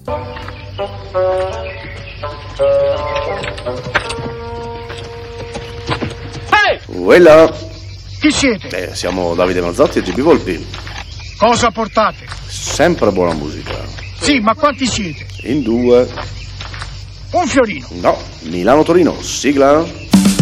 Uella. Chi siete? Siamo Davide Mazzotti e GB Volpi. Cosa portate? Sempre buona musica. Sì, ma quanti siete? In due. Un fiorino. No, Milano-Torino, sigla.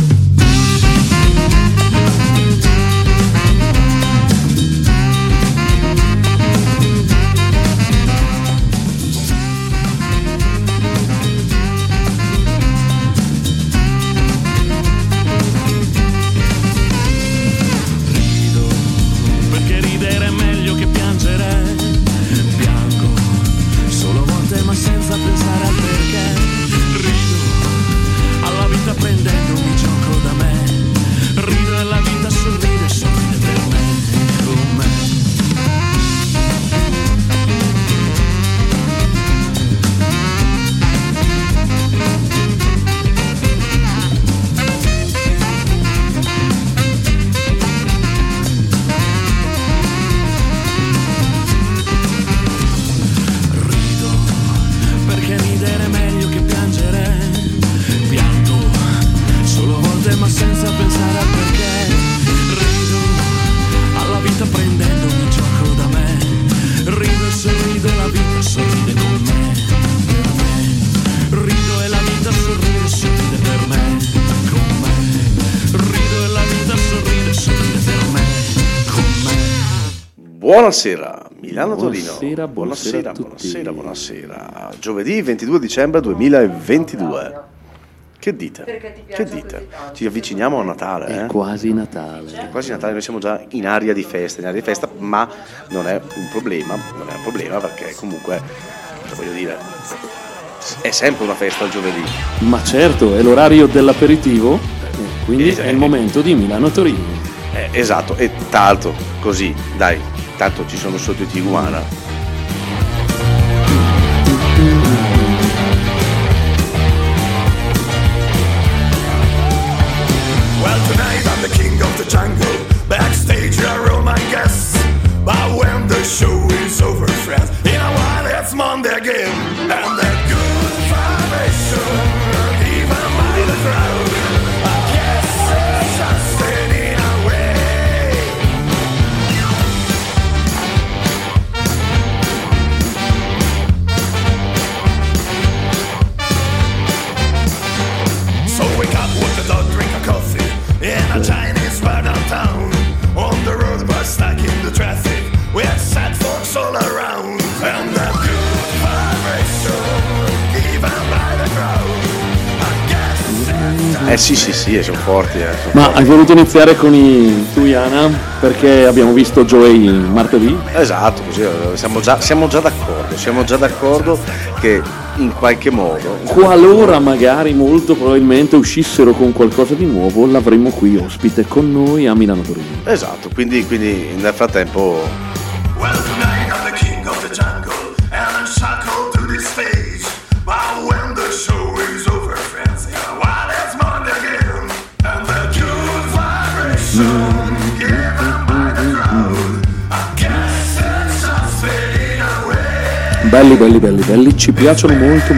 Buonasera, Milano-Torino. Buonasera. Giovedì 22 dicembre 2022. Che dite? Ci avviciniamo a Natale, È quasi Natale. Noi siamo già in aria di festa, ma non è un problema perché comunque, voglio dire, è sempre una festa il giovedì. Ma certo, è l'orario dell'aperitivo, quindi è il momento di Milano-Torino. Esatto, e tanto così, dai, tanto ci sono sotto i Tiguana. Well, tonight I'm the king of the jungle. Backstage I roll my guests. But when the show is over, friends, in a while it's Monday again. And that good vibration, even by the crowd, I guess it's just fading away. So wake up with the dog, drink a coffee in a Chinese bar downtown. On the road, but stuck in the traffic with sad folks all around. And that good vibration, even by the crowd, I guess Sì, sono forti. Ma hai voluto iniziare con i Tuiana perché abbiamo visto Joey martedì? Esatto, così siamo già d'accordo che in qualche modo, qualora magari molto probabilmente uscissero con qualcosa di nuovo, l'avremo qui ospite con noi a Milano-Torino. Esatto, quindi nel frattempo. Well, tonight I'm the king of the jungle, and I'm shackled to this stage. But when the show is over, friends, you know what, it's Monday again. And the good vibration, given by the crowd, I guess it's just fading away. Belli, ci piacciono molto.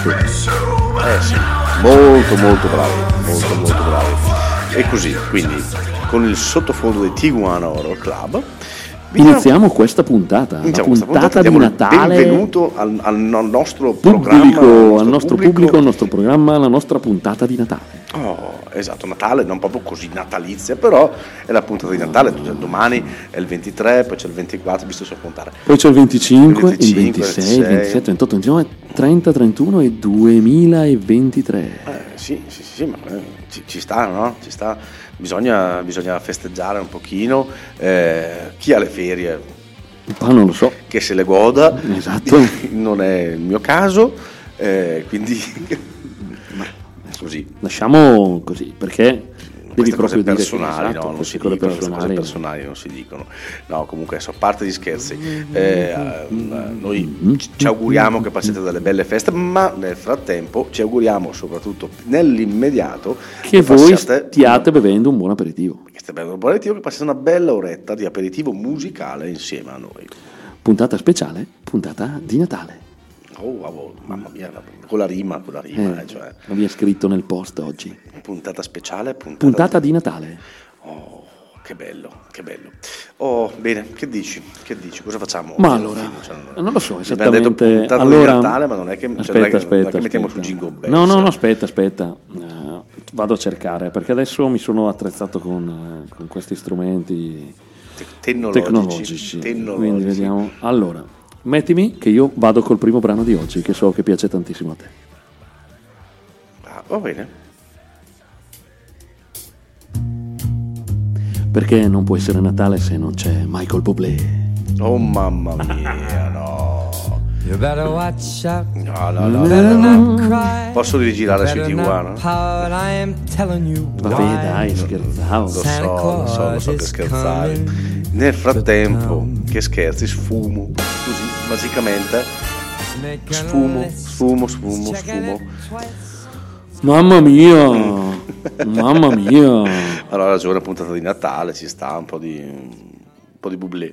Sì, molto bravi. E così, quindi, con il sottofondo di Tiguana Horror Club, iniziamo questa puntata, la puntata di Natale. Benvenuto al nostro pubblico, al nostro programma, alla nostra puntata di Natale. Oh, esatto, Natale, non proprio così natalizia, però è la puntata di Natale. Domani è il 23, poi c'è il 24, visto so contare. Poi c'è il 25, il 26, il 27, 28, 29, 30, 31 e 2023. Sì, ma ci sta, no? Ci sta. Bisogna festeggiare un pochino. Chi ha le ferie? Non lo so. Che se le goda. Esatto. Non è il mio caso, quindi così. Lasciamo così, perché devi proprio dire personali, esatto, no? Non si cose dicono, personali. cose personali non si dicono. No, comunque adesso, a parte gli scherzi, noi ci auguriamo che passiate delle belle feste, ma nel frattempo ci auguriamo soprattutto nell'immediato che voi stiate bevendo un buon aperitivo. Che passiate una bella oretta di aperitivo musicale insieme a noi. Puntata speciale, puntata di Natale. Oh, mamma mia, con la rima, cioè. L'abbiamo scritto nel post oggi. Puntata speciale, puntata di Natale. Oh, che bello. Oh, bene, che dici? Cosa facciamo? Ma allora, non lo so esattamente. Abbiamo detto puntata allora, di Natale, ma non è che aspetta, mettiamo su Jingle Bells. No, aspetta. Vado a cercare, perché adesso mi sono attrezzato con questi strumenti tecnologici. Quindi vediamo. Allora, mettimi che io vado col primo brano di oggi, che so che piace tantissimo a te. Va bene. Perché non può essere Natale se non c'è Michael Bublé. Oh mamma mia, no. You better watch out. No. Posso rigirare su Tijuana? Vabbè, dai, scherzavo. Lo so che scherzavi. Nel frattempo che scherzi, sfumo così magicamente. Sfumo. Mamma mia. Allora, ragione, puntata di Natale, ci sta un po' di Bublé.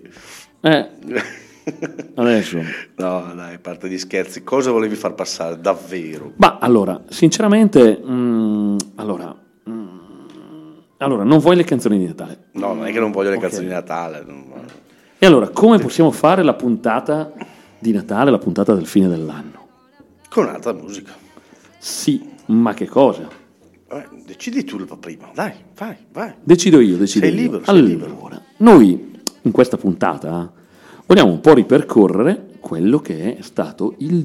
Adesso. No, dai, a parte gli scherzi, cosa volevi far passare davvero? Ma allora, sinceramente, allora, non vuoi le canzoni di Natale? No, non è che non voglio le canzoni di Natale. E allora, come possiamo fare la puntata di Natale, la puntata del fine dell'anno? Con un'altra musica. Sì, ma che cosa? Decidi tu prima, dai, vai. Decido io. Sei libero. Allora, noi in questa puntata vogliamo un po' ripercorrere quello che è stato il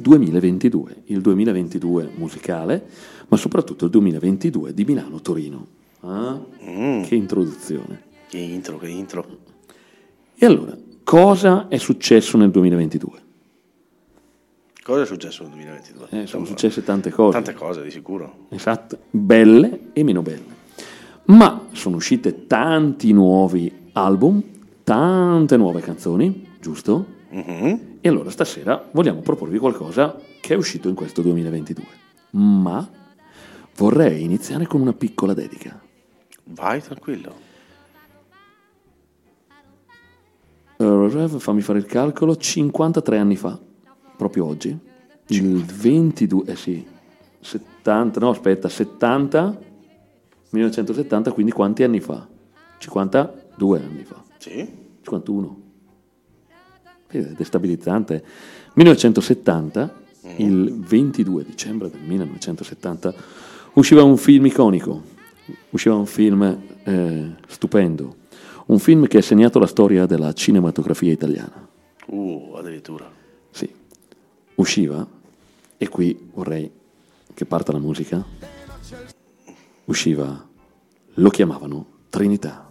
2022 musicale, ma soprattutto il 2022 di Milano-Torino. Che introduzione. Che intro. E allora, cosa è successo nel 2022? Cosa è successo nel 2022? Sono successe tante cose. Tante cose, di sicuro. Esatto, belle e meno belle. Ma sono uscite tanti nuovi album, tante nuove canzoni, giusto? Mm-hmm. E allora stasera vogliamo proporvi qualcosa che è uscito in questo 2022. Ma vorrei iniziare con una piccola dedica. Vai, tranquillo. Fammi fare il calcolo, 53 anni fa, proprio oggi, il 22, 1970, quindi quanti anni fa? 52 anni fa. Sì. 51. È destabilizzante. 1970, il 22 dicembre del 1970, usciva un film iconico, usciva un film stupendo, un film che ha segnato la storia della cinematografia italiana. Addirittura. Sì, usciva, e qui vorrei che parta la musica, usciva, lo chiamavano Trinità.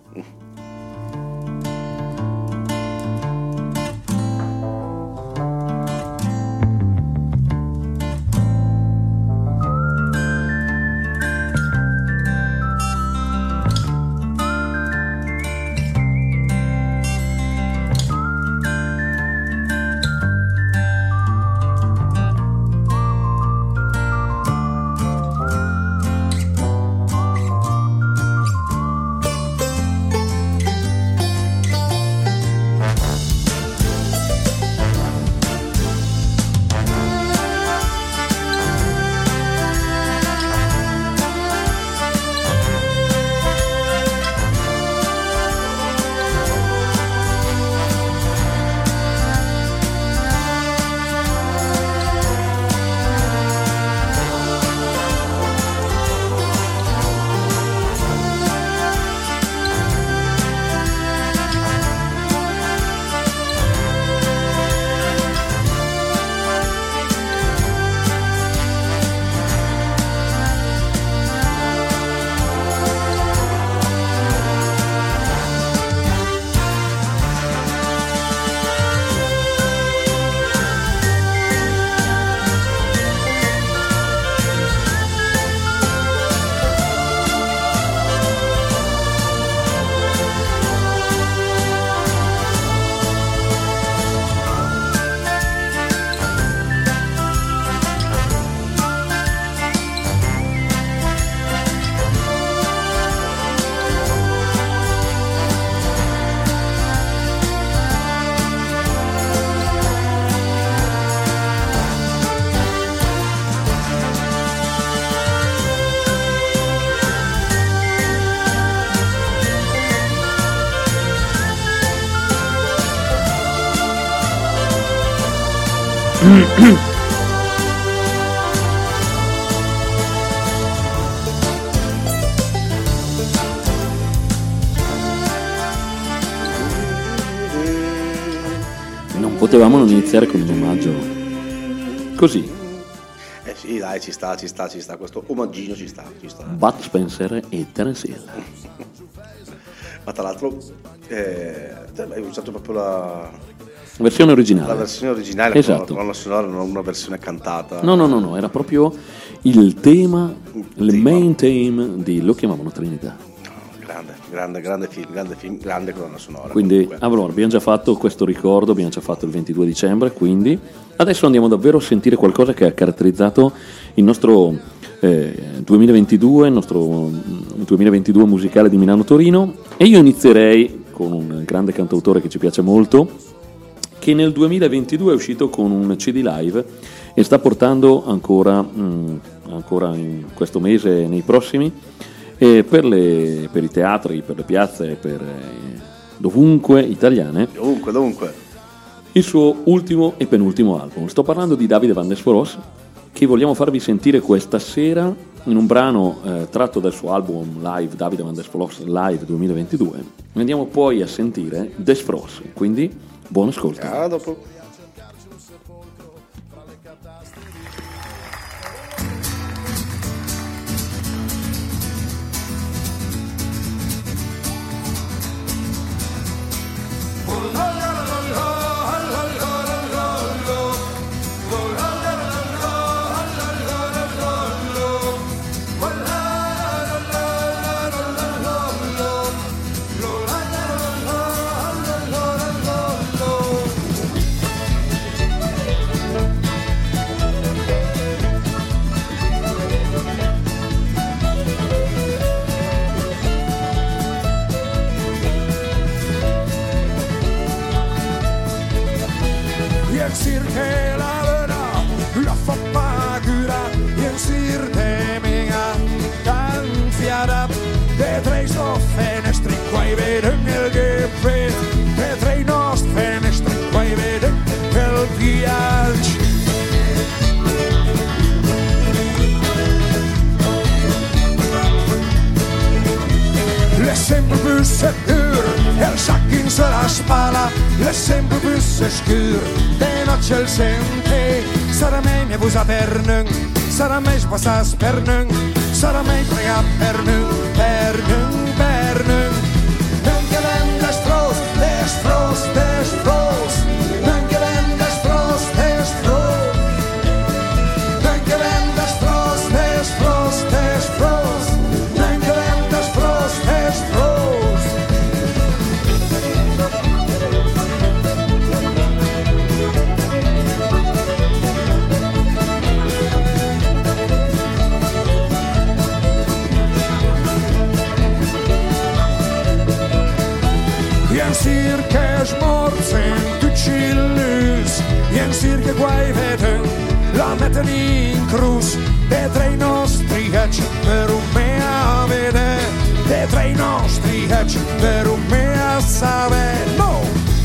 Non potevamo non iniziare con un omaggio così. Sì, dai, ci sta, questo omaggino ci sta. Bud Spencer e Terence Hill. Ma tra l'altro hai usato proprio la Versione originale. La versione originale, esatto. Con la colonna sonora, non una versione cantata. No, era proprio il tema, il main theme di Lo chiamavano Trinità. Grande film, grande colonna sonora. Quindi allora, abbiamo già fatto questo ricordo, abbiamo già fatto il 22 dicembre, quindi adesso andiamo davvero a sentire qualcosa che ha caratterizzato il nostro 2022, il nostro 2022 musicale di Milano-Torino, e io inizierei con un grande cantautore che ci piace molto, che nel 2022 è uscito con un CD live e sta portando ancora in questo mese e nei prossimi per i teatri, per le piazze, per dovunque italiane, dovunque il suo ultimo e penultimo album. Sto parlando di Davide Van Nessel, che vogliamo farvi sentire questa sera in un brano tratto dal suo album live Davide Van Nessel Live 2022. Andiamo poi a sentire Desfros, quindi buon ascolto. A dopo. El sac dins l'espala, és sempre busse escur, de noche el sente, sarà mai mi abusa per nun, sarà mai spassas per nun, sarà mai pregat per nun, per nun, per nun. Non que ven d'estros, d'estros, d'estros, non que ven d'estros, d'estros, non que ven d'estros, d'estros, d'estros, non que ven d'estros, d'estros. Circa smorzen tutti lus, ien circa guai veden, la meten in cruz, de tra i nostri heci per un mea vede, de tra i nostri heci per un mea save, no!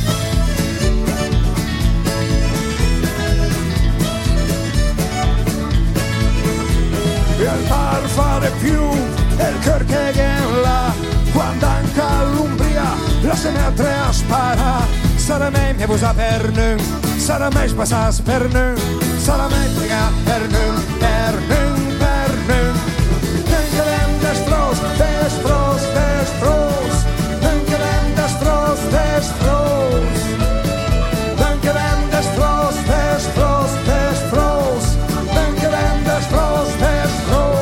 Il par fare più, il cor che gen là, quando anche all'Umbria la se mette a spara, sarà mai mi abusa per nun, sarà mai spassas per nun, sarà mai prega per nun, per nun, per nun. Non che ven d'estros, d'estros, d'estros, non che ven d'estros, d'estros, non che ven d'estros, d'estros, d'estros, non che ven d'estros, d'estros.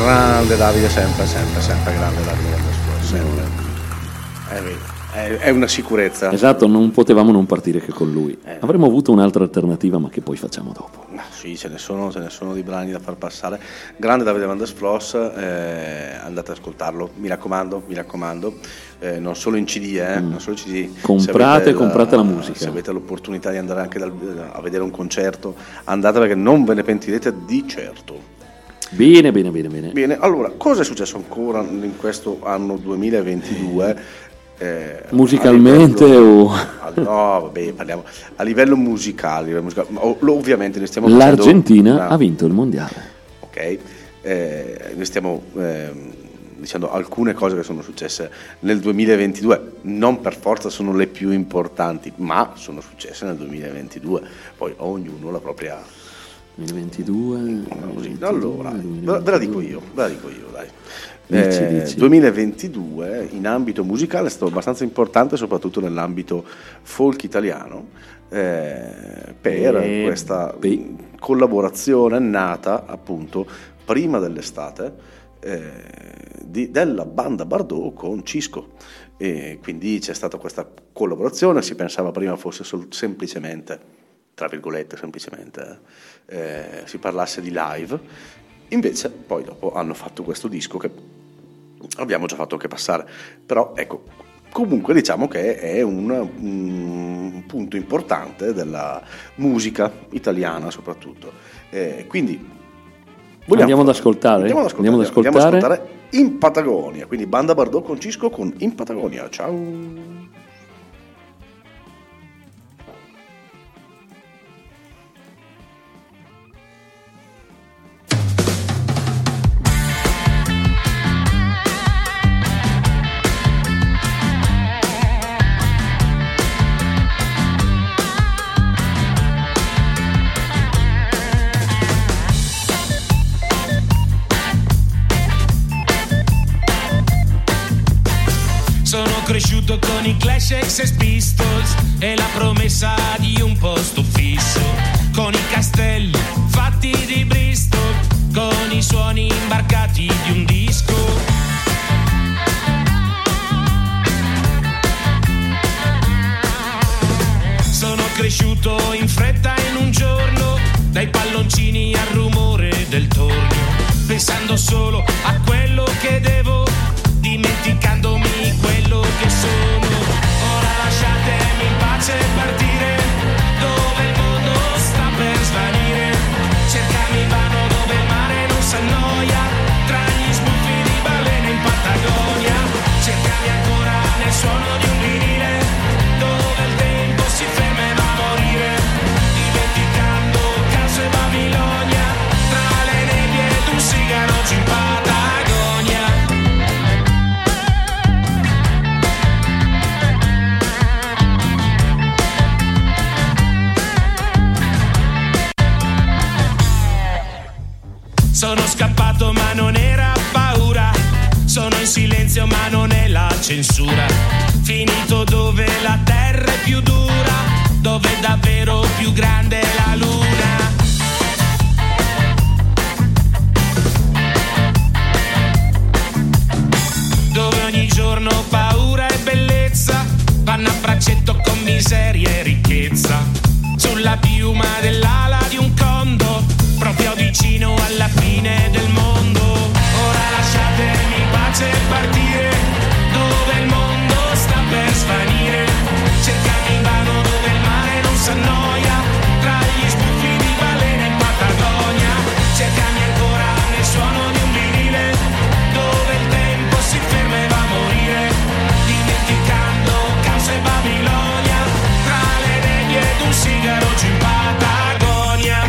grande Davide, sempre grande Davide sempre. È una sicurezza. Esatto, non potevamo non partire che con lui. Avremmo avuto un'altra alternativa, ma che poi facciamo dopo. Sì, ce ne sono di brani da far passare. Grande Davide Van der Floss, andate ad ascoltarlo, mi raccomando, non solo in CD, non solo in CD. Comprate la musica. Se avete l'opportunità di andare anche a vedere un concerto, andate, perché non ve ne pentirete di certo. Bene. Bene, allora, cosa è successo ancora in questo anno 2022? Musicalmente no, vabbè, parliamo a livello musicale. Ovviamente noi stiamo l'Argentina ha vinto il mondiale. Ok, noi stiamo dicendo alcune cose che sono successe nel 2022, non per forza sono le più importanti, ma sono successe nel 2022. Poi ognuno la propria 2022. Allora, ve la dico io, dai. Dici. 2022 in ambito musicale è stato abbastanza importante, soprattutto nell'ambito folk italiano, per questa collaborazione nata appunto prima dell'estate della banda Bardot con Cisco. E quindi c'è stata questa collaborazione. Si pensava prima fosse semplicemente, tra virgolette, si parlasse di live, invece poi dopo hanno fatto questo disco che abbiamo già fatto anche passare, però ecco, comunque diciamo che è un punto importante della musica italiana soprattutto, quindi andiamo ad ascoltare In Patagonia, quindi banda Bardot con Cisco con In Patagonia. Ciao. Cresciuto con i Clash e Sex Pistols e la promessa di un posto fisso, con i castelli fatti di Bristol, con i suoni imbarcati di un disco. Sono cresciuto in fretta in un giorno, dai palloncini al rumore del tornio, pensando solo a quello che devo, dimenticandomi quello che sono. Ora lasciatemi in pace partire, dove il mondo sta per svanire. Cercami vano dove il mare non s'annoia, tra gli sbuffi di balene in Patagonia. Cercami ancora nel suono di un vinile, dove il tempo si ferma e va a morire. Dimenticando Caos e Babilonia, tra le nebbie ed un sigaro giù in Patagonia. Sono scappato ma non era paura, sono in silenzio ma non è la censura. Finito dove la terra è più dura, dove è davvero più grande la luna. Dove ogni giorno paura e bellezza vanno a braccetto con miseria e ricchezza. Sulla piuma dell'ala di un condo, proprio vicino alla fine del mondo. Ora lasciatemi in pace partire, dove il mondo sta per svanire. Cercami invano dove il mare non s'annoia, tra gli sbuffi di balene in Patagonia. Cercami ancora nel suono di un vinile, dove il tempo si ferma e va a morire. Dimenticando Caos e Babilonia, tra le nebbie ed un sigaro giù in Patagonia.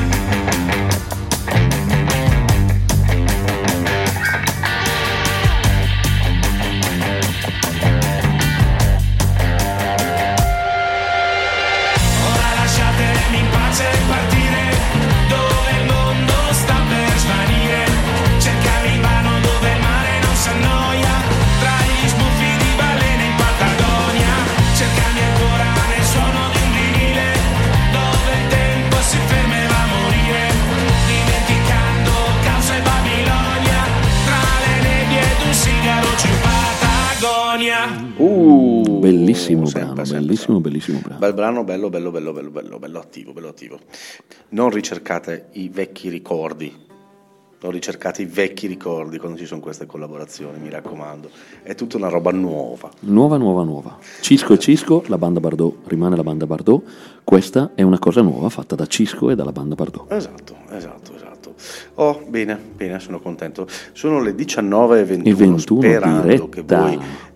Bellissimo sempre, brano, sempre, bellissimo, sempre. bellissimo brano. Bel brano, bello attivo. Non ricercate i vecchi ricordi. Non ricercate i vecchi ricordi quando ci sono queste collaborazioni, mi raccomando. È tutta una roba nuova. Nuova. Cisco e Cisco, la banda Bardot rimane la banda Bardot. Questa è una cosa nuova fatta da Cisco e dalla banda Bardot. Esatto. Oh, bene, sono contento. Sono le 19:21, sperando diretta. che voi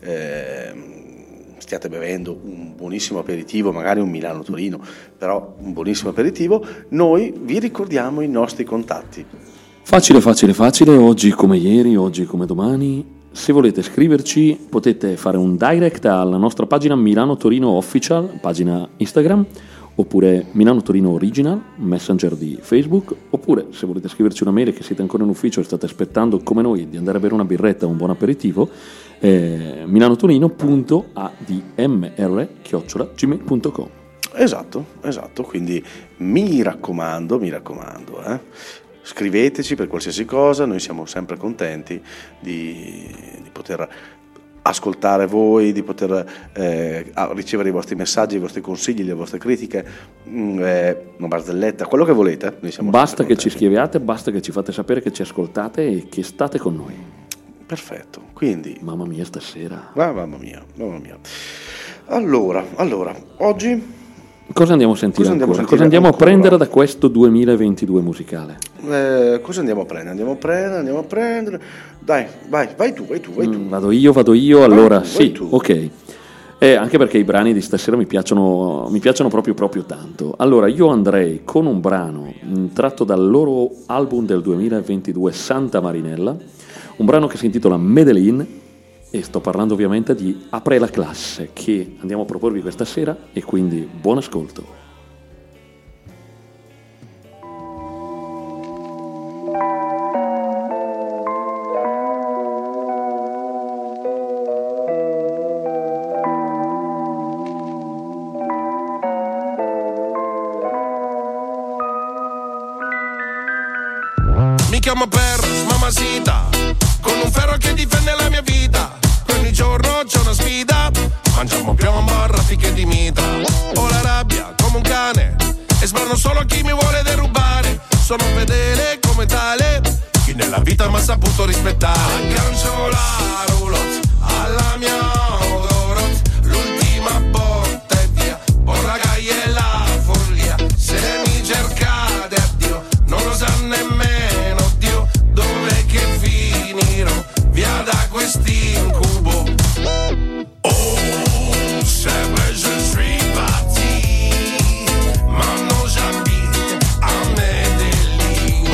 stiate bevendo un buonissimo aperitivo, magari un Milano-Torino, però un buonissimo aperitivo. Noi vi ricordiamo i nostri contatti. Facile, oggi come ieri, oggi come domani. Se volete scriverci potete fare un direct alla nostra pagina Milano Torino Official, pagina Instagram, oppure Milano Torino Original, messenger di Facebook, oppure se volete scriverci una mail che siete ancora in ufficio e state aspettando come noi di andare a bere una birretta o un buon aperitivo, milanotorino.admr@gmail.com. Esatto, quindi mi raccomando, scriveteci per qualsiasi cosa, noi siamo sempre contenti di poter ascoltare voi, di poter ricevere i vostri messaggi, i vostri consigli, le vostre critiche, una barzelletta, quello che volete. Noi siamo basta che contenti. ci scriviate, basta che ci fate sapere che ci ascoltate e che state con noi. Perfetto, quindi Mamma mia stasera. mamma mia. Allora, oggi Cosa andiamo a sentire Cosa ancora? andiamo a Cosa sentire andiamo a ancora? prendere da questo 2022 musicale? cosa andiamo a prendere? Dai, vai tu. Vado io, allora vai sì, tu. ok. Anche perché i brani di stasera mi piacciono proprio tanto. Allora io andrei con un brano tratto dal loro album del 2022 Santa Marinella, un brano che si intitola Medellin, e sto parlando ovviamente di Apre la classe, che andiamo a proporvi questa sera, e quindi buon ascolto. Mi chiamo Perros, mamacita, con un ferro che difende la mia vita. Ogni giorno c'è una sfida, mangiamo piombo a raffiche di mitra. Ho la rabbia come un cane e sbrano solo chi mi vuole derubare. Sono fedele come tale, chi nella vita mi ha saputo rispettare. Aggancio la roulotte alla mia odorot, l'ultima botta è via, porra caia e la follia. Se mi cercate addio, non lo sa nemmeno Dio dove che finirò, via da quest'incubo. Oh, sempre je suis parti, ma non j'habite a Medellin.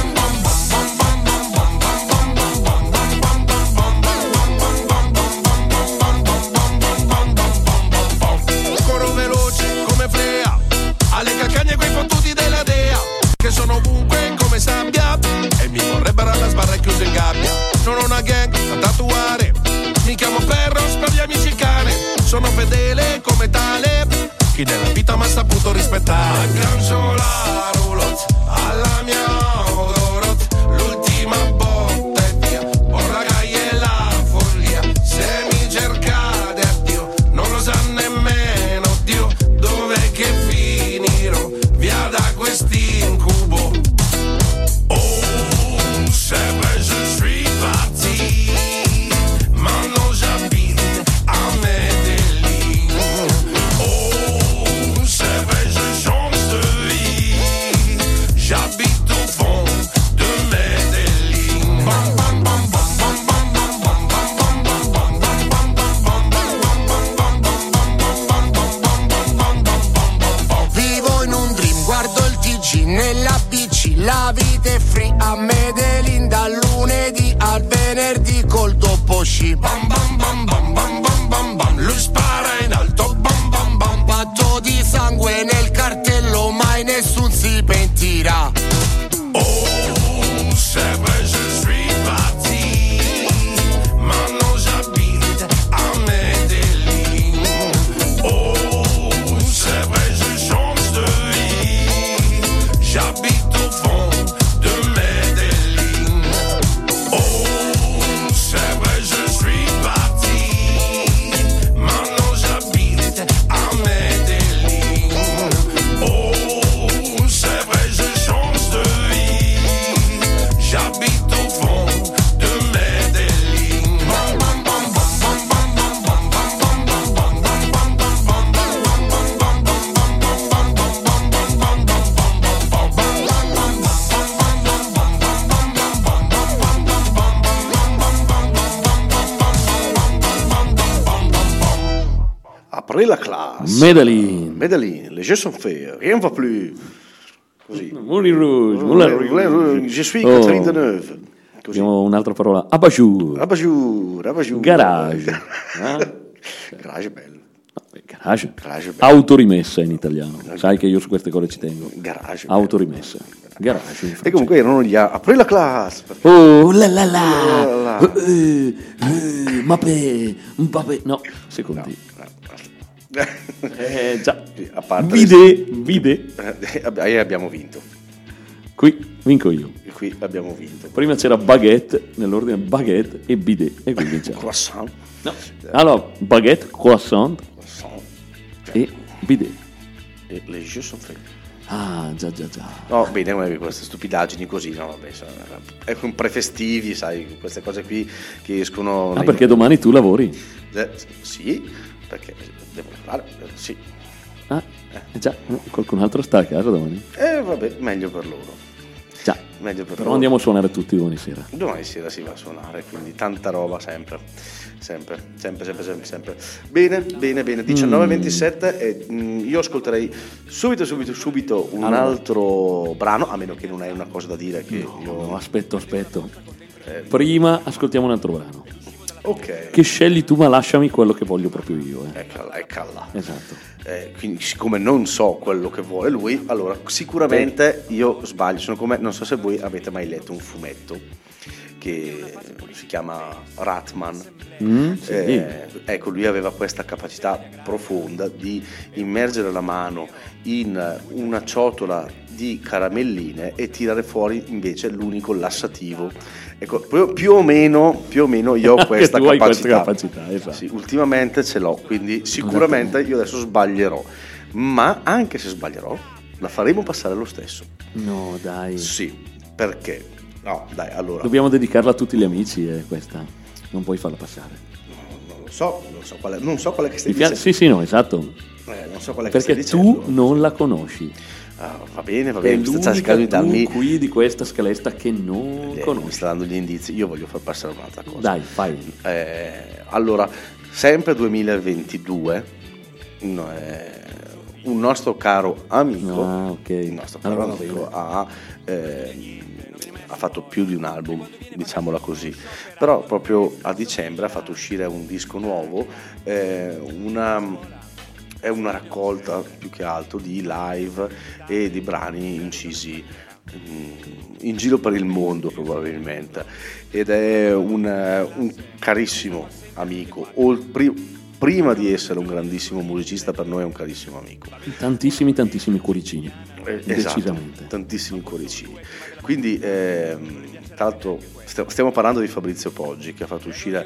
Corro veloce come Flea, alle calcagne quei fottuti della Dea, che sono ovunque come sabbia e mi vorrebbero alla sbarra chiusa in gabbia. Non ho una gang da tatuare, mi chiamo Perros per gli amici il cane, sono fedele come tale, chi nella vita mi ha saputo rispettare. Aggancio la roulotte alla mia odorot, l'ultima botta è via, porra caia e la follia. Se mi cercate addio, non lo sa nemmeno Dio dove che finirò, via da quest'incubo. Oh, sempre je suis parti, ma non j'habite a Medellin. Oh, c'est vrai, je change de vie, j'habite au fond de Medellin. Bam, bam, bam, bam, bam, bam, bam, bam, bam, bam, bam, bam. Vivo in un dream, guardo il TG nella bici, la vita è free a Medellin dal lunedì al venerdì col dopo sci. Bam, bam, bam, bam, bam, bam, bam, bam. Lui spara in alto, bam, bam, bam. Patto di sangue nel cartello, mai nessun si pentirà. Oh, c'est vrai, je suis parti, ma non j'habite a Medellin. Oh, c'est vrai, je change de vie, j'habite au fond de Medellin. Oh, c'est vrai, je suis parti, J'habite au fond de Medellin. Après la classe. Medellin. Medellin, les jeux sont faits, rien ne va plus. Così. Moulin Rouge, Moulin Rouge. Je suis Catherine Deneuve. Così. Abbiamo un'altra parola. Abajour. Abajour. Garage. Garage è bello. Garage. Garage è bello. Autorimessa in italiano. Sai che io su queste cose ci tengo. Garage. Autorimessa. Garage. in E comunque erano gli Après la classe. Oh la la la. Mbappé. No, secondi. Già. A parte Vide. abbiamo vinto. Qui vinco io. Qui abbiamo vinto. Prima c'era baguette, nell'ordine baguette e bidet, e qui vinciamo. Croissant. No. Allora, baguette, croissant e bidet. E les jeux sont faits. Ah, già. No, bene, non è queste stupidaggini così, no, vabbè, è con prefestivi, sai, queste cose qui che escono... Ah, perché domani tu lavori? Sì, perché devo lavorare, sì. Ah, già, qualcun altro sta a casa domani? Vabbè, meglio per loro. Già, Meglio per però loro. andiamo a suonare tutti domani sera. Domani sera si va a suonare, quindi tanta roba sempre. Bene, 19:27 e io ascolterei subito un altro brano, a meno che non hai una cosa da dire che io... No, aspetto. Prima ascoltiamo un altro brano. Ok. Che scegli tu, ma lasciami quello che voglio proprio io. Eccola. Esatto. Quindi siccome non so quello che vuole lui, allora sicuramente io sbaglio, sono come, non so se voi avete mai letto un fumetto che si chiama Ratman. Sì. Ecco, lui aveva questa capacità profonda di immergere la mano in una ciotola di caramelline e tirare fuori invece l'unico lassativo. Ecco, più o meno io ho questa tu hai capacità. questa capacità, esatto. Sì, ultimamente ce l'ho, quindi sicuramente io adesso sbaglierò, ma anche se sbaglierò la faremo passare lo stesso. No, dai. Sì, perché? No, dai, allora. Dobbiamo dedicarla a tutti gli amici, questa. Non puoi farla passare. Non so qual è che stai dicendo. Sì, no, esatto. Non so qual è che Perché stai dicendo. tu non la conosci. Va bene, È l'unica di darmi qui di questa scaletta che non mi conosci. sta dando gli indizi. Io voglio far passare un'altra cosa. Dai, fai. Allora, sempre 2022, un nostro caro amico, il nostro caro amico ha fatto più di un album, diciamola così, però proprio a dicembre ha fatto uscire un disco nuovo, è una raccolta più che altro di live e di brani incisi in giro per il mondo probabilmente, ed è un carissimo amico, prima di essere un grandissimo musicista per noi è un carissimo amico. Tantissimi cuoricini. Decisamente. Esatto, tantissimi cuoricini. Quindi tra l'altro stiamo parlando di Fabrizio Poggi, che ha fatto uscire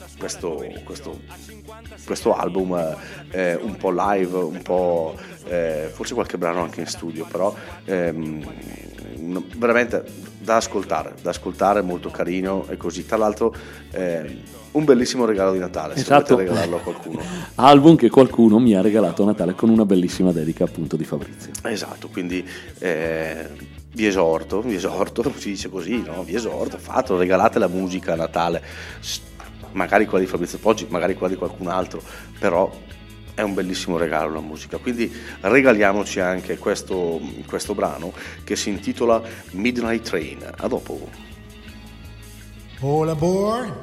questo album un po' live, un po' forse qualche brano anche in studio, però veramente da ascoltare, molto carino e così. Tra l'altro un bellissimo regalo di Natale, esatto. Se volete regalarlo a qualcuno. Album che qualcuno mi ha regalato a Natale con una bellissima dedica appunto di Fabrizio. Esatto, quindi vi esorto, si dice così, no? Vi esorto, regalate la musica a Natale, magari quella di Fabrizio Poggi, magari quella di qualcun altro, però è un bellissimo regalo la musica, quindi regaliamoci anche questo brano che si intitola Midnight Train. A dopo. All aboard.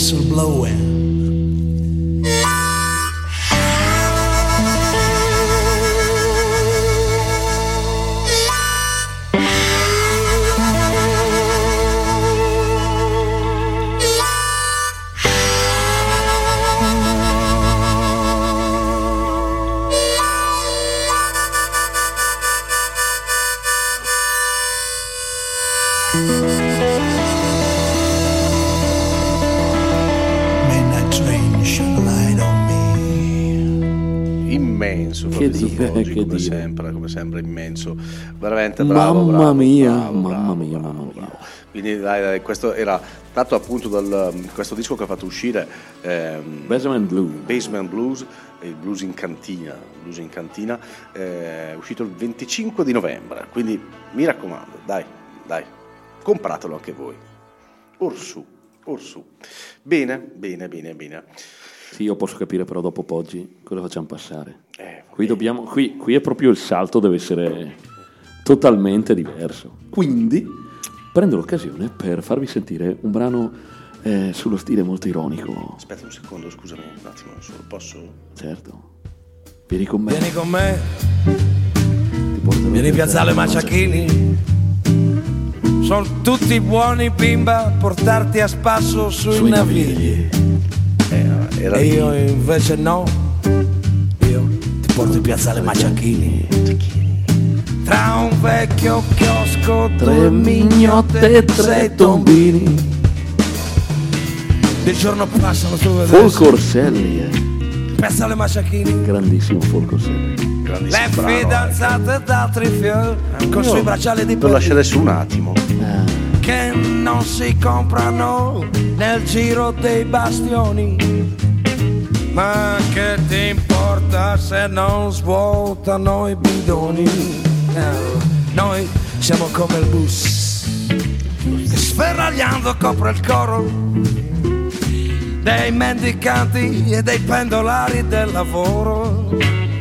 whistle blowing. Immenso, che dire, come sempre immenso, veramente bravo, mamma mia. Quindi dai, questo era tratto appunto da questo disco che ha fatto uscire Basement Blues, il blues in cantina, è uscito il 25 di novembre, quindi mi raccomando, dai, compratelo anche voi. Orsù. Bene. Sì, io posso capire, però dopo Poggi cosa facciamo passare? Qui è proprio il salto, deve essere totalmente diverso. Quindi prendo l'occasione per farvi sentire un brano sullo stile molto ironico. Aspetta un secondo, scusami un attimo, solo posso? Certo. Vieni con me. Vieni in piazzale Maciachini. Sono tutti buoni, bimba, a portarti a spasso sui navigli. E io invece no. Io ti porto in piazzale Maciachini. Tra un vecchio chiosco, 2 mignotte e 3 tombini. Di giorno passano su Folco Orselli, piazzale Maciachini. grandissimo Folco Orselli. Le fidanzate d'altri fiori con sui bracciali di lo lascerei su un attimo. Che non si comprano nel giro dei bastioni. Ma che ti importa se non svuotano i bidoni? Noi siamo come il bus che sferragliando copre il coro dei mendicanti e dei pendolari del lavoro.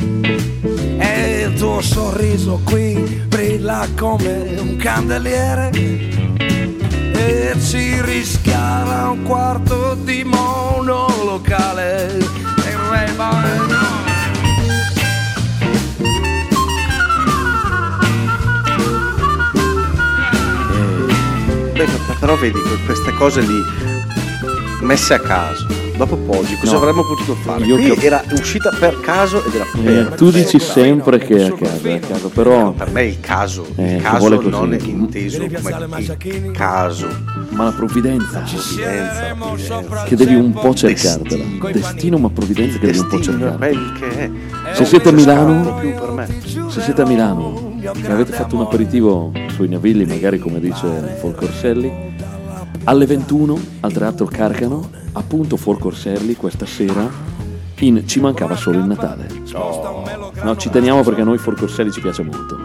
E il tuo sorriso qui brilla come un candeliere e ci rischiara un quarto di monolocale. Però vedi queste cose lì messe a caso, dopo Poggi cosa avremmo potuto fare? Qui era uscita per caso ed era perfetta. Tu dici sempre che è a caso, però per me il caso non è inteso come il caso, ma la provvidenza che devi un po' cercartela. Destino, ma provvidenza che devi un po' cercartela. Se siete a Milano e avete fatto un aperitivo sui Navigli, magari come dice Folco Orselli, alle 21 al Teatro Carcano, appunto Folco Orselli questa sera in Ci mancava solo il Natale. No, ci teniamo perché a noi Folco Orselli ci piace molto.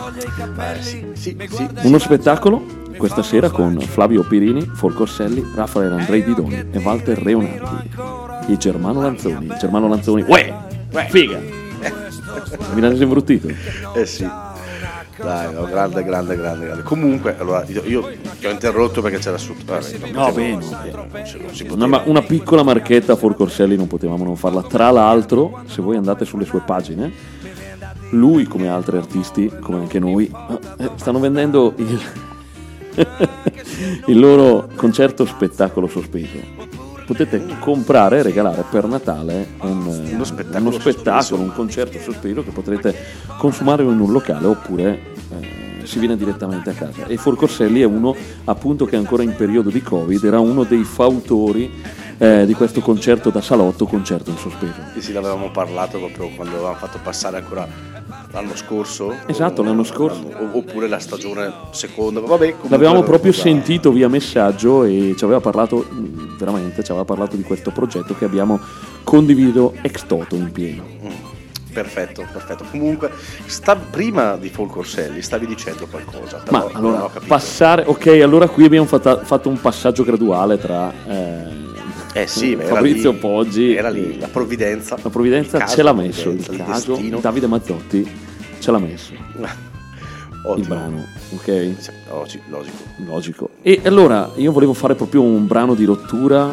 Uno spettacolo questa sera con Flavio Pirini, Folco Orselli, Raffaele Andrei Didoni e Walter Leonardi. Il Germano Lanzoni, uè, figa! Mi l'hanno imbruttito? Sì. Dai, no, grande. Comunque, allora io ti ho interrotto perché c'era sotto. Una piccola marchetta a Folco Orselli non potevamo non farla. Tra l'altro, se voi andate sulle sue pagine, lui, come altri artisti, come anche noi, stanno vendendo il loro concerto spettacolo sospeso. Potete comprare e regalare per Natale uno spettacolo, un concerto sospeso che potrete consumare in un locale oppure si viene direttamente a casa. E Folco Orselli è uno appunto che ancora in periodo di Covid era uno dei fautori di questo concerto da salotto, concerto in sospeso. Sì, l'avevamo parlato proprio quando avevamo fatto passare ancora l'anno scorso. Esatto, l'anno scorso. Oppure la stagione seconda. Vabbè, l'avevamo proprio sentito via messaggio e ci aveva parlato di questo progetto che abbiamo condiviso ex toto in pieno. Perfetto. Comunque, prima di Folco Orselli stavi dicendo qualcosa. Però ma allora, passare. Ok, allora qui abbiamo fatto un passaggio graduale tra. Fabrizio Poggi, era lì la provvidenza ce l'ha messo il caso, destino. Davide Mazzotti ce l'ha messo il brano, ok? Logico. E allora io volevo fare proprio un brano di rottura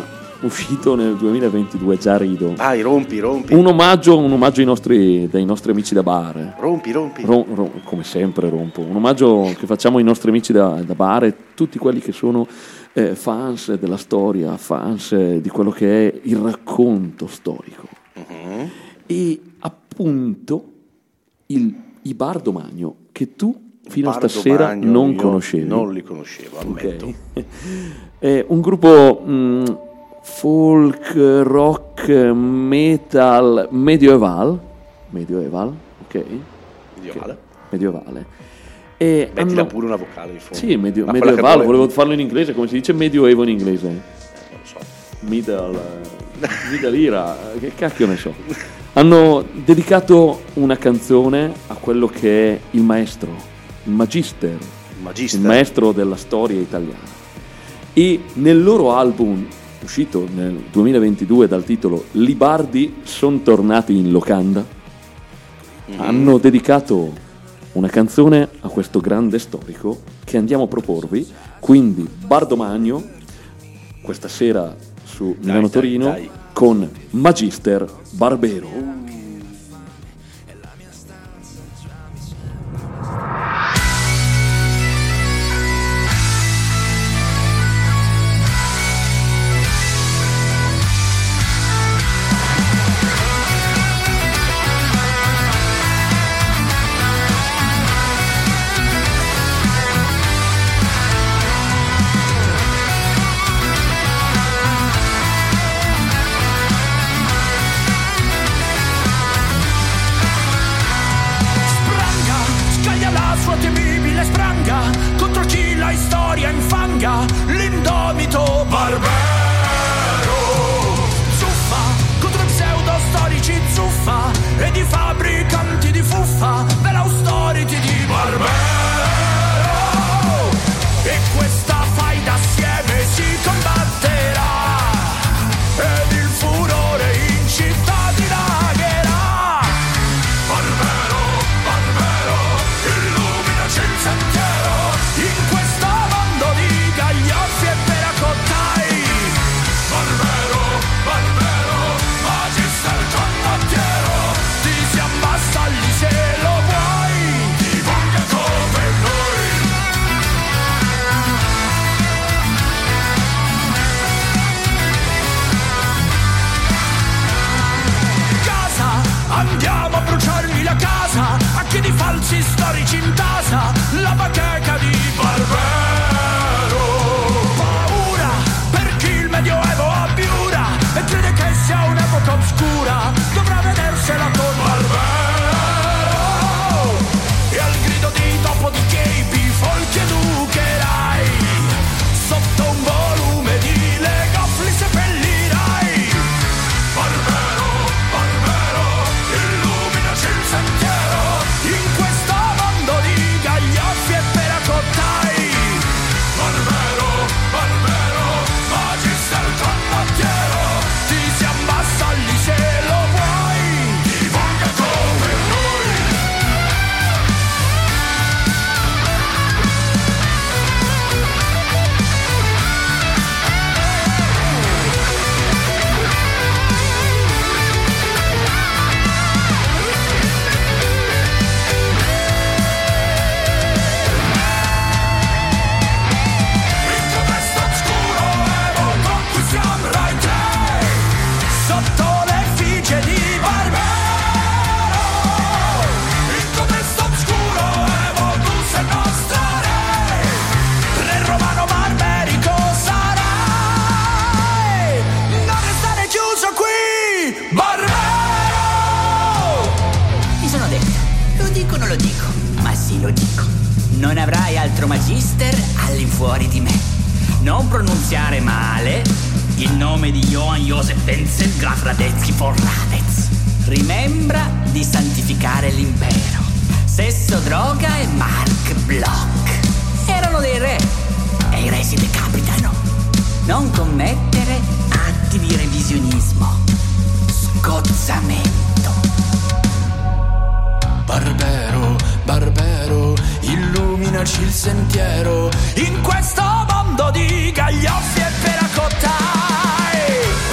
uscito nel 2022, già rido. Vai, rompi. Un omaggio dai nostri amici da bar. Rompi. Come sempre rompo. Un omaggio che facciamo ai nostri amici da bar e tutti quelli che sono fans della storia, fans di quello che è il racconto storico. Uh-huh. E appunto i Bar Domagno, che tu fino a stasera non conoscevi. Non li conoscevo, ammetto. Okay. È un gruppo folk, rock, metal, medievale, ok? Medievale. E mettila pure una vocale in fondo. Sì, medievale, volevo farlo in inglese, come si dice medioevo in inglese? Non lo so. Middle era, che cacchio ne so. Hanno dedicato una canzone a quello che è il maestro, il magister, il maestro della storia italiana. E nel loro album, uscito nel 2022 dal titolo Libardi son tornati in locanda, hanno dedicato una canzone a questo grande storico che andiamo a proporvi. Quindi Bar Domagno questa sera su Milano Torino con Magister Barbero. L'indomito Barbero zuffa contro i pseudostorici, zuffa ed i fabbricanti di fuffa dell'austerity di Barbero. E questa faida assieme si combatterà ed il furore in città dilagherà. Barbero, Barbero, illuminaci il sentiero in questo mondo di gaglioffi e peracottai. Barbero, Barbero, magister condottiero, ti si abbassa lì se lo vuoi, divulga come noi. Casa, andiamo a bruciargli la casa, a chi di falsi storici in tasa, la bacheca di Barbero. Paura per chi il medioevo abbiura e crede che sia un'epoca oscura, dovrà vedersela con Barbero. E al grido di topo di Cape folk educherai, sotto un volume di Legoff li seppellirai. Barbero, Barbero, illuminaci il sentiero in questo mondo di gaglioffi e peracottai. Barbero, Barbero, magister condottiero, ti si abbassa lì se lo vuoi, divulga come noi. In questo oscuro evo conquistiamo Rai 3, sotto l'effigie di Barbero. In questo oscuro evo tu sei nostro re romano barberico sarai. Non restare chiuso qui, Barbero. Mi sono detto, lo dico o non lo dico? Ma sì, lo dico. Non avrai altro magister all'infuori di me. Non pronunziare male il nome di Johann Josef Wenzel Graf Radetzky von Radetz. Rimembra di santificare l'impero. Sesso, droga e Mark Bloch erano dei re e i re si decapitano. Non commettere atti di revisionismo, scozzamento. Barbero, Barbero, illuminaci il sentiero in questo mondo di gaglioffi e peracottai.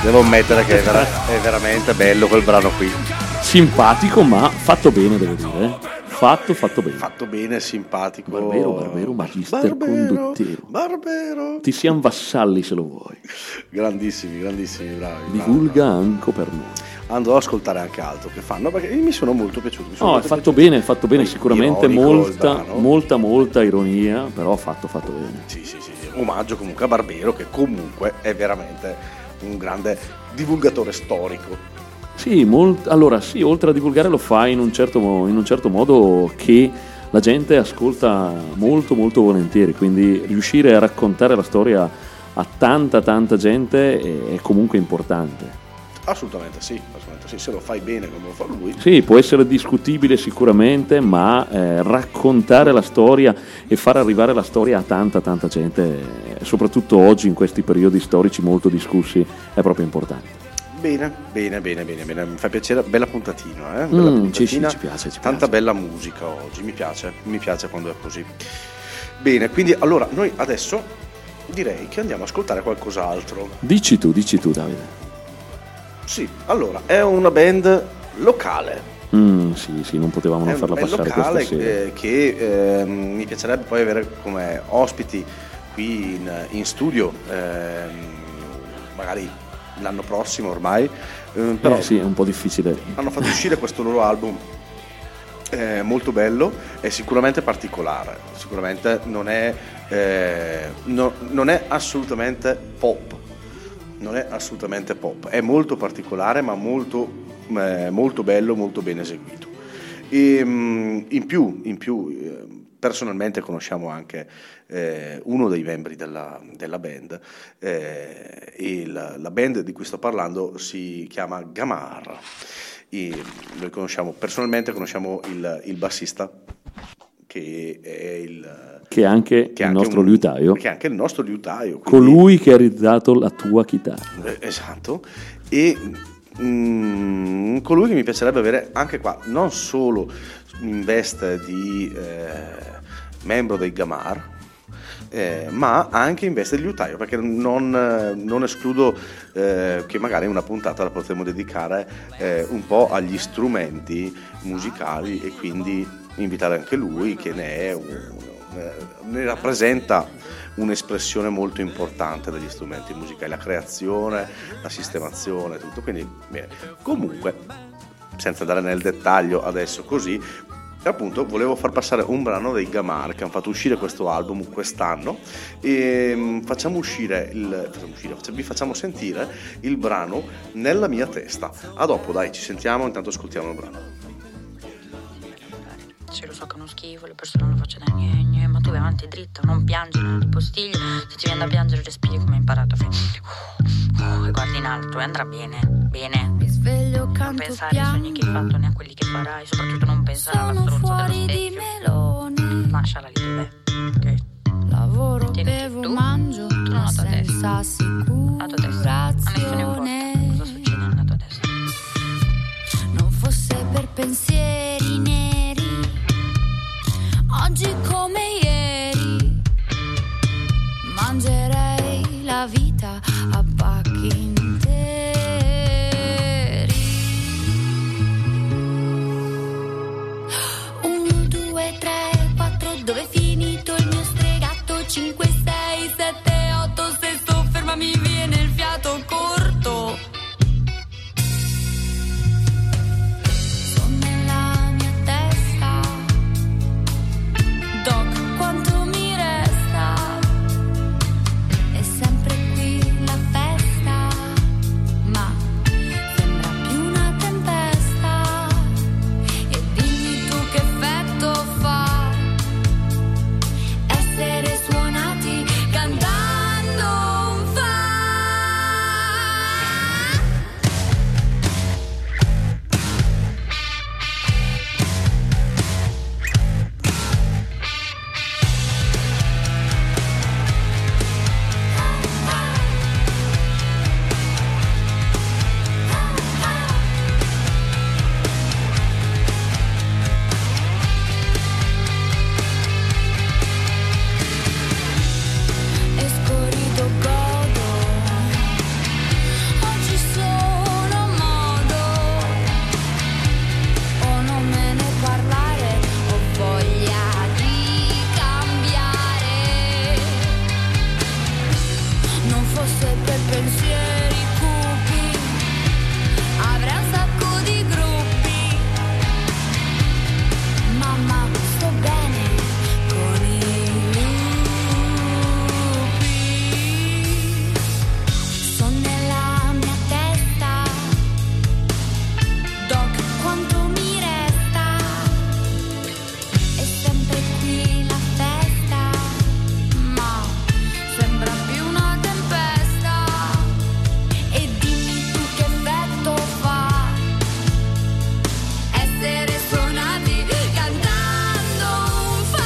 Devo ammettere che è veramente bello quel brano qui. Simpatico, ma fatto bene, devo dire. Fatto bene. Fatto bene, simpatico. Barbero, magister, conduttero. Barbero. Ti siamo vassalli se lo vuoi. Grandissimi, bravi. Divulga anche per noi. Andrò ad ascoltare anche altro che fanno, perché mi sono molto piaciuti. È fatto bene, sicuramente molta ironia, però fatto bene. Sì. Omaggio comunque a Barbero, che comunque è veramente un grande divulgatore storico. Sì, oltre a divulgare lo fa in un certo modo che la gente ascolta molto volentieri, quindi riuscire a raccontare la storia a tanta gente è comunque importante. Assolutamente sì, se lo fai bene come lo fa lui. Sì, può essere discutibile sicuramente, ma raccontare la storia e far arrivare la storia a tanta gente, soprattutto oggi in questi periodi storici molto discussi, è proprio importante. Bene, mi fa piacere, bella puntatina, bella puntatina. Ci piace. Tanta bella musica oggi, mi piace quando è così. Bene, quindi allora noi adesso direi che andiamo ad ascoltare qualcos'altro. Dici tu Davide. Sì, allora, è una band locale. Sì, non potevamo non farla passare locale, questa sera. Che mi piacerebbe poi avere come ospiti qui in studio, magari l'anno prossimo ormai, però sì, è un po' difficile. Hanno fatto uscire questo loro album molto bello e sicuramente particolare, sicuramente non è assolutamente pop. Non è assolutamente pop, è molto particolare ma molto bello, molto ben eseguito. E in più personalmente conosciamo anche uno dei membri della band, e la band di cui sto parlando si chiama Gamar, e noi personalmente conosciamo il bassista, che è anche il nostro liutaio. Che è anche il nostro liutaio. Colui che ha realizzato la tua chitarra. Esatto. E colui che mi piacerebbe avere anche qua, non solo in veste di membro dei Gamar, ma anche in veste di liutaio, perché non escludo che magari una puntata la potremo dedicare un po' agli strumenti musicali, e quindi invitare anche lui, che ne rappresenta un'espressione molto importante degli strumenti musicali, la creazione, la sistemazione, tutto. Quindi bene. Comunque, senza andare nel dettaglio adesso così, appunto volevo far passare un brano dei Gamar, che hanno fatto uscire questo album quest'anno, e vi facciamo sentire il brano Nella mia testa. A dopo, dai, ci sentiamo, intanto ascoltiamo il brano. Sì, lo so che è uno schifo, le persone non lo faccio da niente, ma tu vai avanti dritta, non piangere nel postiglio, se ti viene da piangere respiri come hai imparato, e guardi in alto e andrà bene. Mi sveglio, canto, non pensare ai sogni che hai fatto né a quelli che farai, soprattutto non pensare alla stronza dello specchio. Lasciala lì dov'è, ok? Lavoro, bevo, mangio, tu non la tua testa. La tua testa. A nessuno importa cosa succede nella tua testa. Non fosse per pensieri neri, oggi come ieri mangerei la vita a pacchi interi. 1, 2, 3, 4, dove è finito il mio stregato? 5, 6, 7, 8, se sto ferma mi viene il fiato corto. Essere suonati cantando se per pensieri cupi avrei un sacco di gruppi. Mamma, sto bene con i lupi. Sono nella mia testa, Doc, quanto mi resta? È sempre qui la festa, ma sembra più una tempesta. E dimmi tu che effetto fa essere suonati cantando un fa.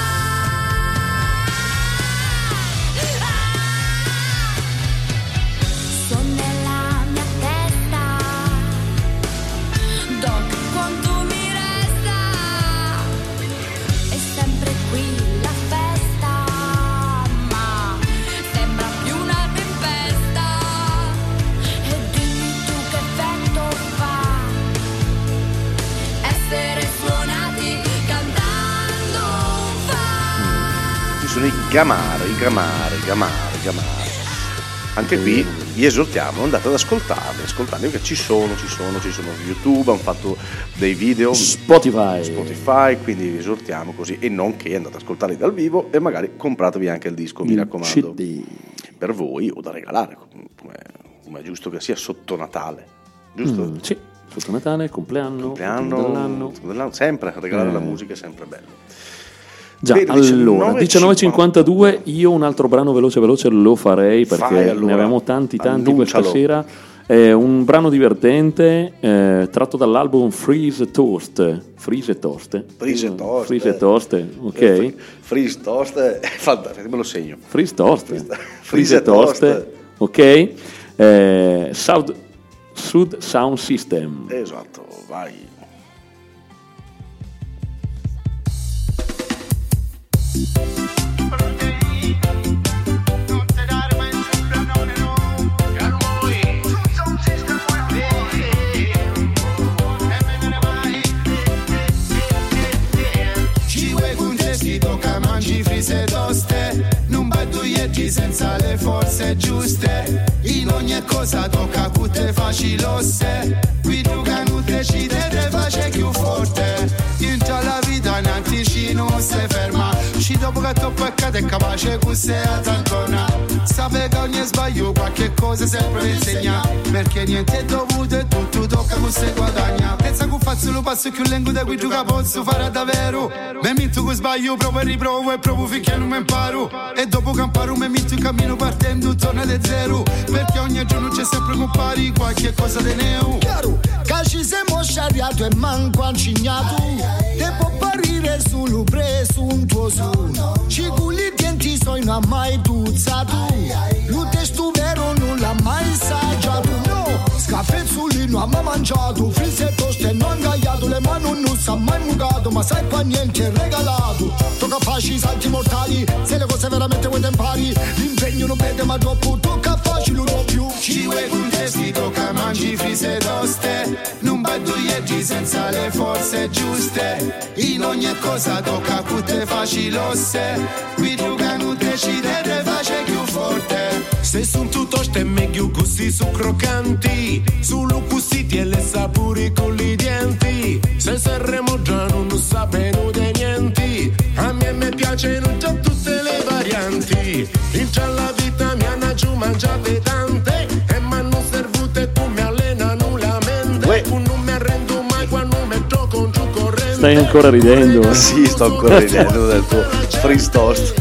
Sono nella mia testa, Doc, quanto mi resta? È sempre qui la festa, ma sembra più una tempesta. E dimmi tu che effetto fa essere suonati cantando un fa. Ci sono i gamari. Anche qui vi esortiamo, andate ad ascoltarli perché ci sono su YouTube, hanno fatto dei video Spotify, quindi vi esortiamo così, e non che andate ad ascoltarli dal vivo e magari compratevi anche il disco, mi raccomando, per voi o da regalare, come è giusto che sia sotto Natale, giusto? Sì, sotto Natale, compleanno dell'anno. Sempre regalare la musica è sempre bello. Già, Bene, allora 19:52 io un altro brano veloce lo farei perché Fai, allora. ne avevamo tanti questa Annuncialo. sera. È un brano divertente tratto dall'album Freeze Toast, ok? Freeze Toast è fantastico, me lo segno. Freeze Toast, Toast. ok? Sud Sound System. Esatto, vai. Ci vuoi con vestito che mangi frise toste, non battuglieggi senza le forze giuste, in ogni cosa tocca tutte facilosse, qui tu che non decide te face più forte, in tutta la vita in anticino si ferma, ci dopo che tu peccato è capace che sei a tantona, sape che ogni sbaglio qualche cosa sempre insegna, perché niente è dovuto e tutto tocca che si guadagna, pensa che faccio lo passo più lento da qui tu che posso fare davvero, mi metto che sbaglio, provo e riprovo e provo finché non mi imparo, e dopo che imparo mi metto in cammino partendo torna da zero, perché ogni giorno c'è sempre che pari qualche cosa di neo. Chiaro, che ci siamo sciariato e manco acignato, te può parire solo presuntuoso, ci culi denti sono mai puzzato, lo testo vero non l'ha mai assaggiato, no, scaffezzolino ha mai mangiato, frise toste non gagliato, le mani non sa mai mugato, ma sai qua niente è regalato, tocca farci i salti mortali, se le cose veramente vuoi te impari, l'impegno non vede ma troppo, tocca farci lo doppio. Ci vuoi con vestito che mangi frise toste, non battuglieggi senza le forze giuste, in ogni cosa tocca tutte facilosse, qui tu che non decide te face più forte. Se sono tutto ste meglio così su croccanti, sullo custiti e le sapori con i denti, se Sanremo già non sapeno di niente, a me piacciono già tutte le varianti, in già la vita mi hanno giù mangiate tante, e mi hanno servute tu mi allenano la mente, non mi arrendo mai quando metto con giù corrente. Stai ancora ridendo? Sì, sto ancora ridendo del tuo Freeze Toast.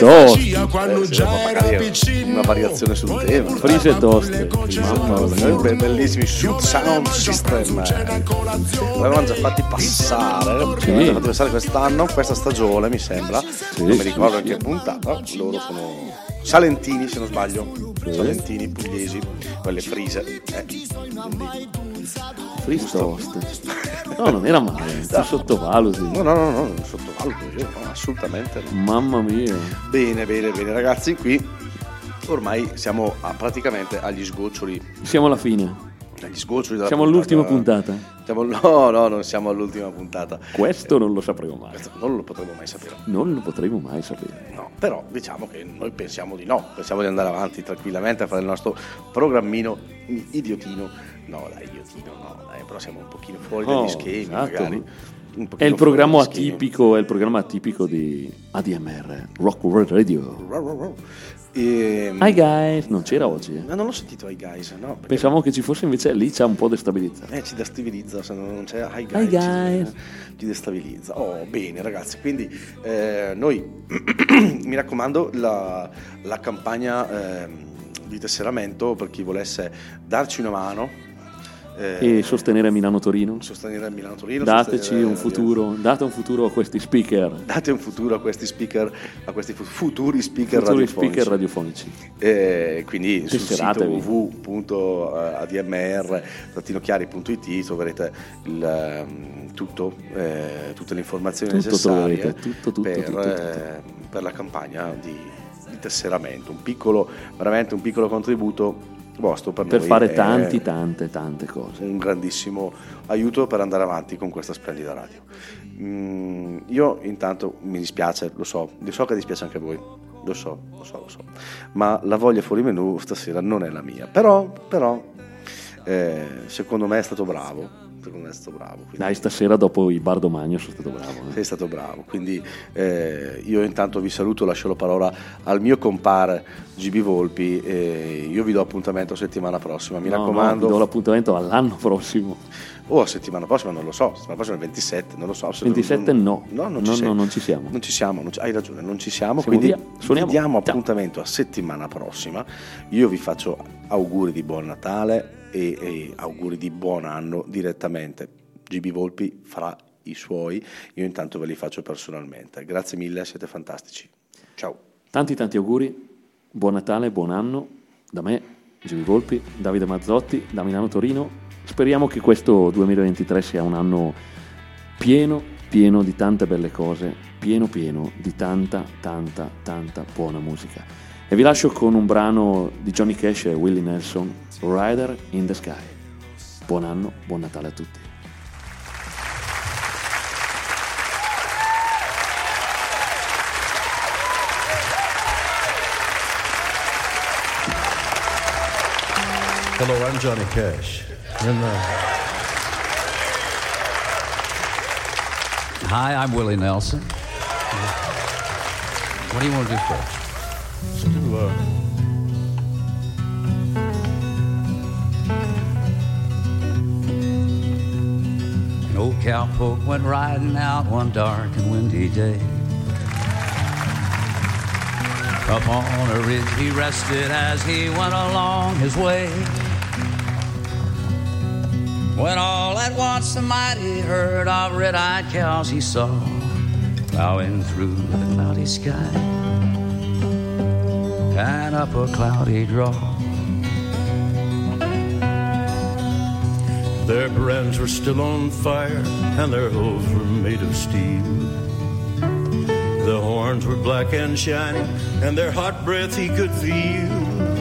Una variazione sul tema. Freeze Toast. Bellissimi Sud Sound System. L'avevano già fatti passare. L'avevano fatti passare quest'anno, questa stagione mi sembra. Non mi ricordo in che puntata. Loro sono salentini, se non sbaglio. Salentini, pugliesi, quelle frise. Freeze Toast. No, non era male, tu sottovaluti. No, non sottovaluto io, no, assolutamente no. Mamma mia. Bene, ragazzi, qui ormai siamo praticamente agli sgoccioli. Siamo alla fine. Gli sgoccioli della Siamo all'ultima puntata? No, non siamo all'ultima puntata. Questo non lo sapremo mai. Questo non lo potremo mai sapere. Non lo potremo mai sapere. No, però diciamo che noi pensiamo di no, pensiamo di andare avanti tranquillamente a fare il nostro programmino idiotino. No, dai, però siamo un pochino fuori dagli schemi, esatto. magari. È il programma atipico di ADMR, Rock World Radio. Hi guys, non c'era oggi. Ma non l'ho sentito Hi guys, no. Pensavo che ci fosse, invece lì c'ha un po' destabilizzato. Ci destabilizza, se non c'è Hi guys. Ci destabilizza. Oh, bene ragazzi, quindi noi, mi raccomando, la campagna di tesseramento, per chi volesse darci una mano, e sostenere Milano-Torino. Dateci un futuro, date un futuro a questi speaker. Date un futuro a questi speaker, a questi futuri speaker radiofonici. Quindi sul sito www.admr-chiari.it troverete tutte le informazioni necessarie per la campagna di tesseramento. Veramente un piccolo contributo vostro per noi, fare tante cose, un grandissimo aiuto per andare avanti con questa splendida radio. Io intanto mi dispiace, lo so che dispiace anche a voi, lo so, ma la voglia fuori menù stasera non è la mia, però secondo me è stato bravo. Dai, stasera dopo i Bardo Magno sono stato bravo. Sei stato bravo, quindi io intanto vi saluto, lascio la parola al mio compare GB Volpi, io vi do appuntamento settimana prossima, mi raccomando. Vi do l'appuntamento all'anno prossimo. O a settimana prossima, non lo so, settimana prossima è il 27, non lo so. 27 non ci siamo. Non ci siamo, hai ragione, non ci siamo, quindi vi diamo appuntamento a settimana prossima. Io vi faccio auguri di buon Natale e auguri di buon anno direttamente. GB Volpi farà i suoi, io intanto ve li faccio personalmente. Grazie mille, siete fantastici. Ciao. Tanti auguri, buon Natale, buon anno da me, GB Volpi, Davide Mazzotti, da Milano Torino. Speriamo che questo 2023 sia un anno pieno di tante belle cose, pieno di tanta buona musica. E vi lascio con un brano di Johnny Cash e Willie Nelson, Rider in the Sky. Buon anno, buon Natale a tutti. Hello, I'm Johnny Cash. Hi, I'm Willie Nelson. What do you want to do first? An old cowpoke went riding out one dark and windy day. Up on a ridge he rested as he went along his way. When all at once a mighty herd of red-eyed cows he saw plowing through the cloudy sky and up a cloudy draw. Their brands were still on fire and their hooves were made of steel. The horns were black and shining and their hot breath he could feel.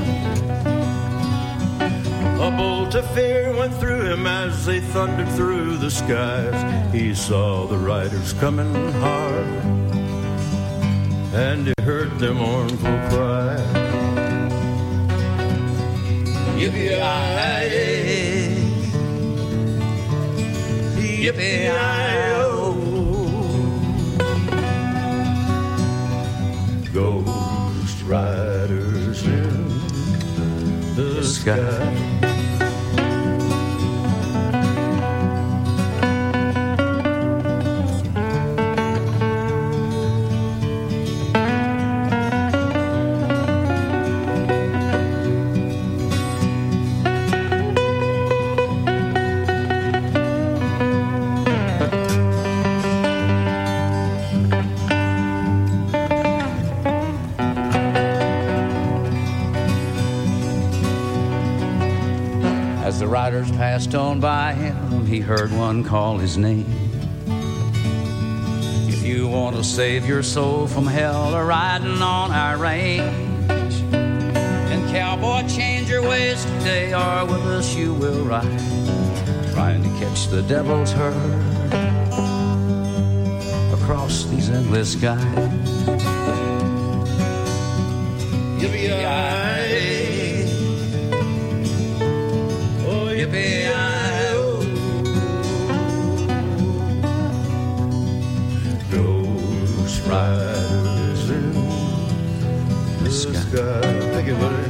A bolt of fear went through him as they thundered through the skies. He saw the riders coming hard, and he heard their mournful cry. Yippee-yi-yi, yippee-yi-yo. Ghost riders in the sky. As the riders passed on by him, he heard one call his name. If you want to save your soul from hell, or riding on our range, then cowboy, change your waste a day are with us you will ride, trying to catch the devil's herd across these endless skies. Yippee-yi, oh yippee-yi, oh. Ghost riders in the sky. Thank you, buddy.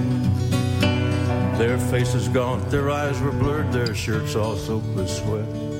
Faces gaunt, their eyes were blurred, their shirts all soaked with sweat.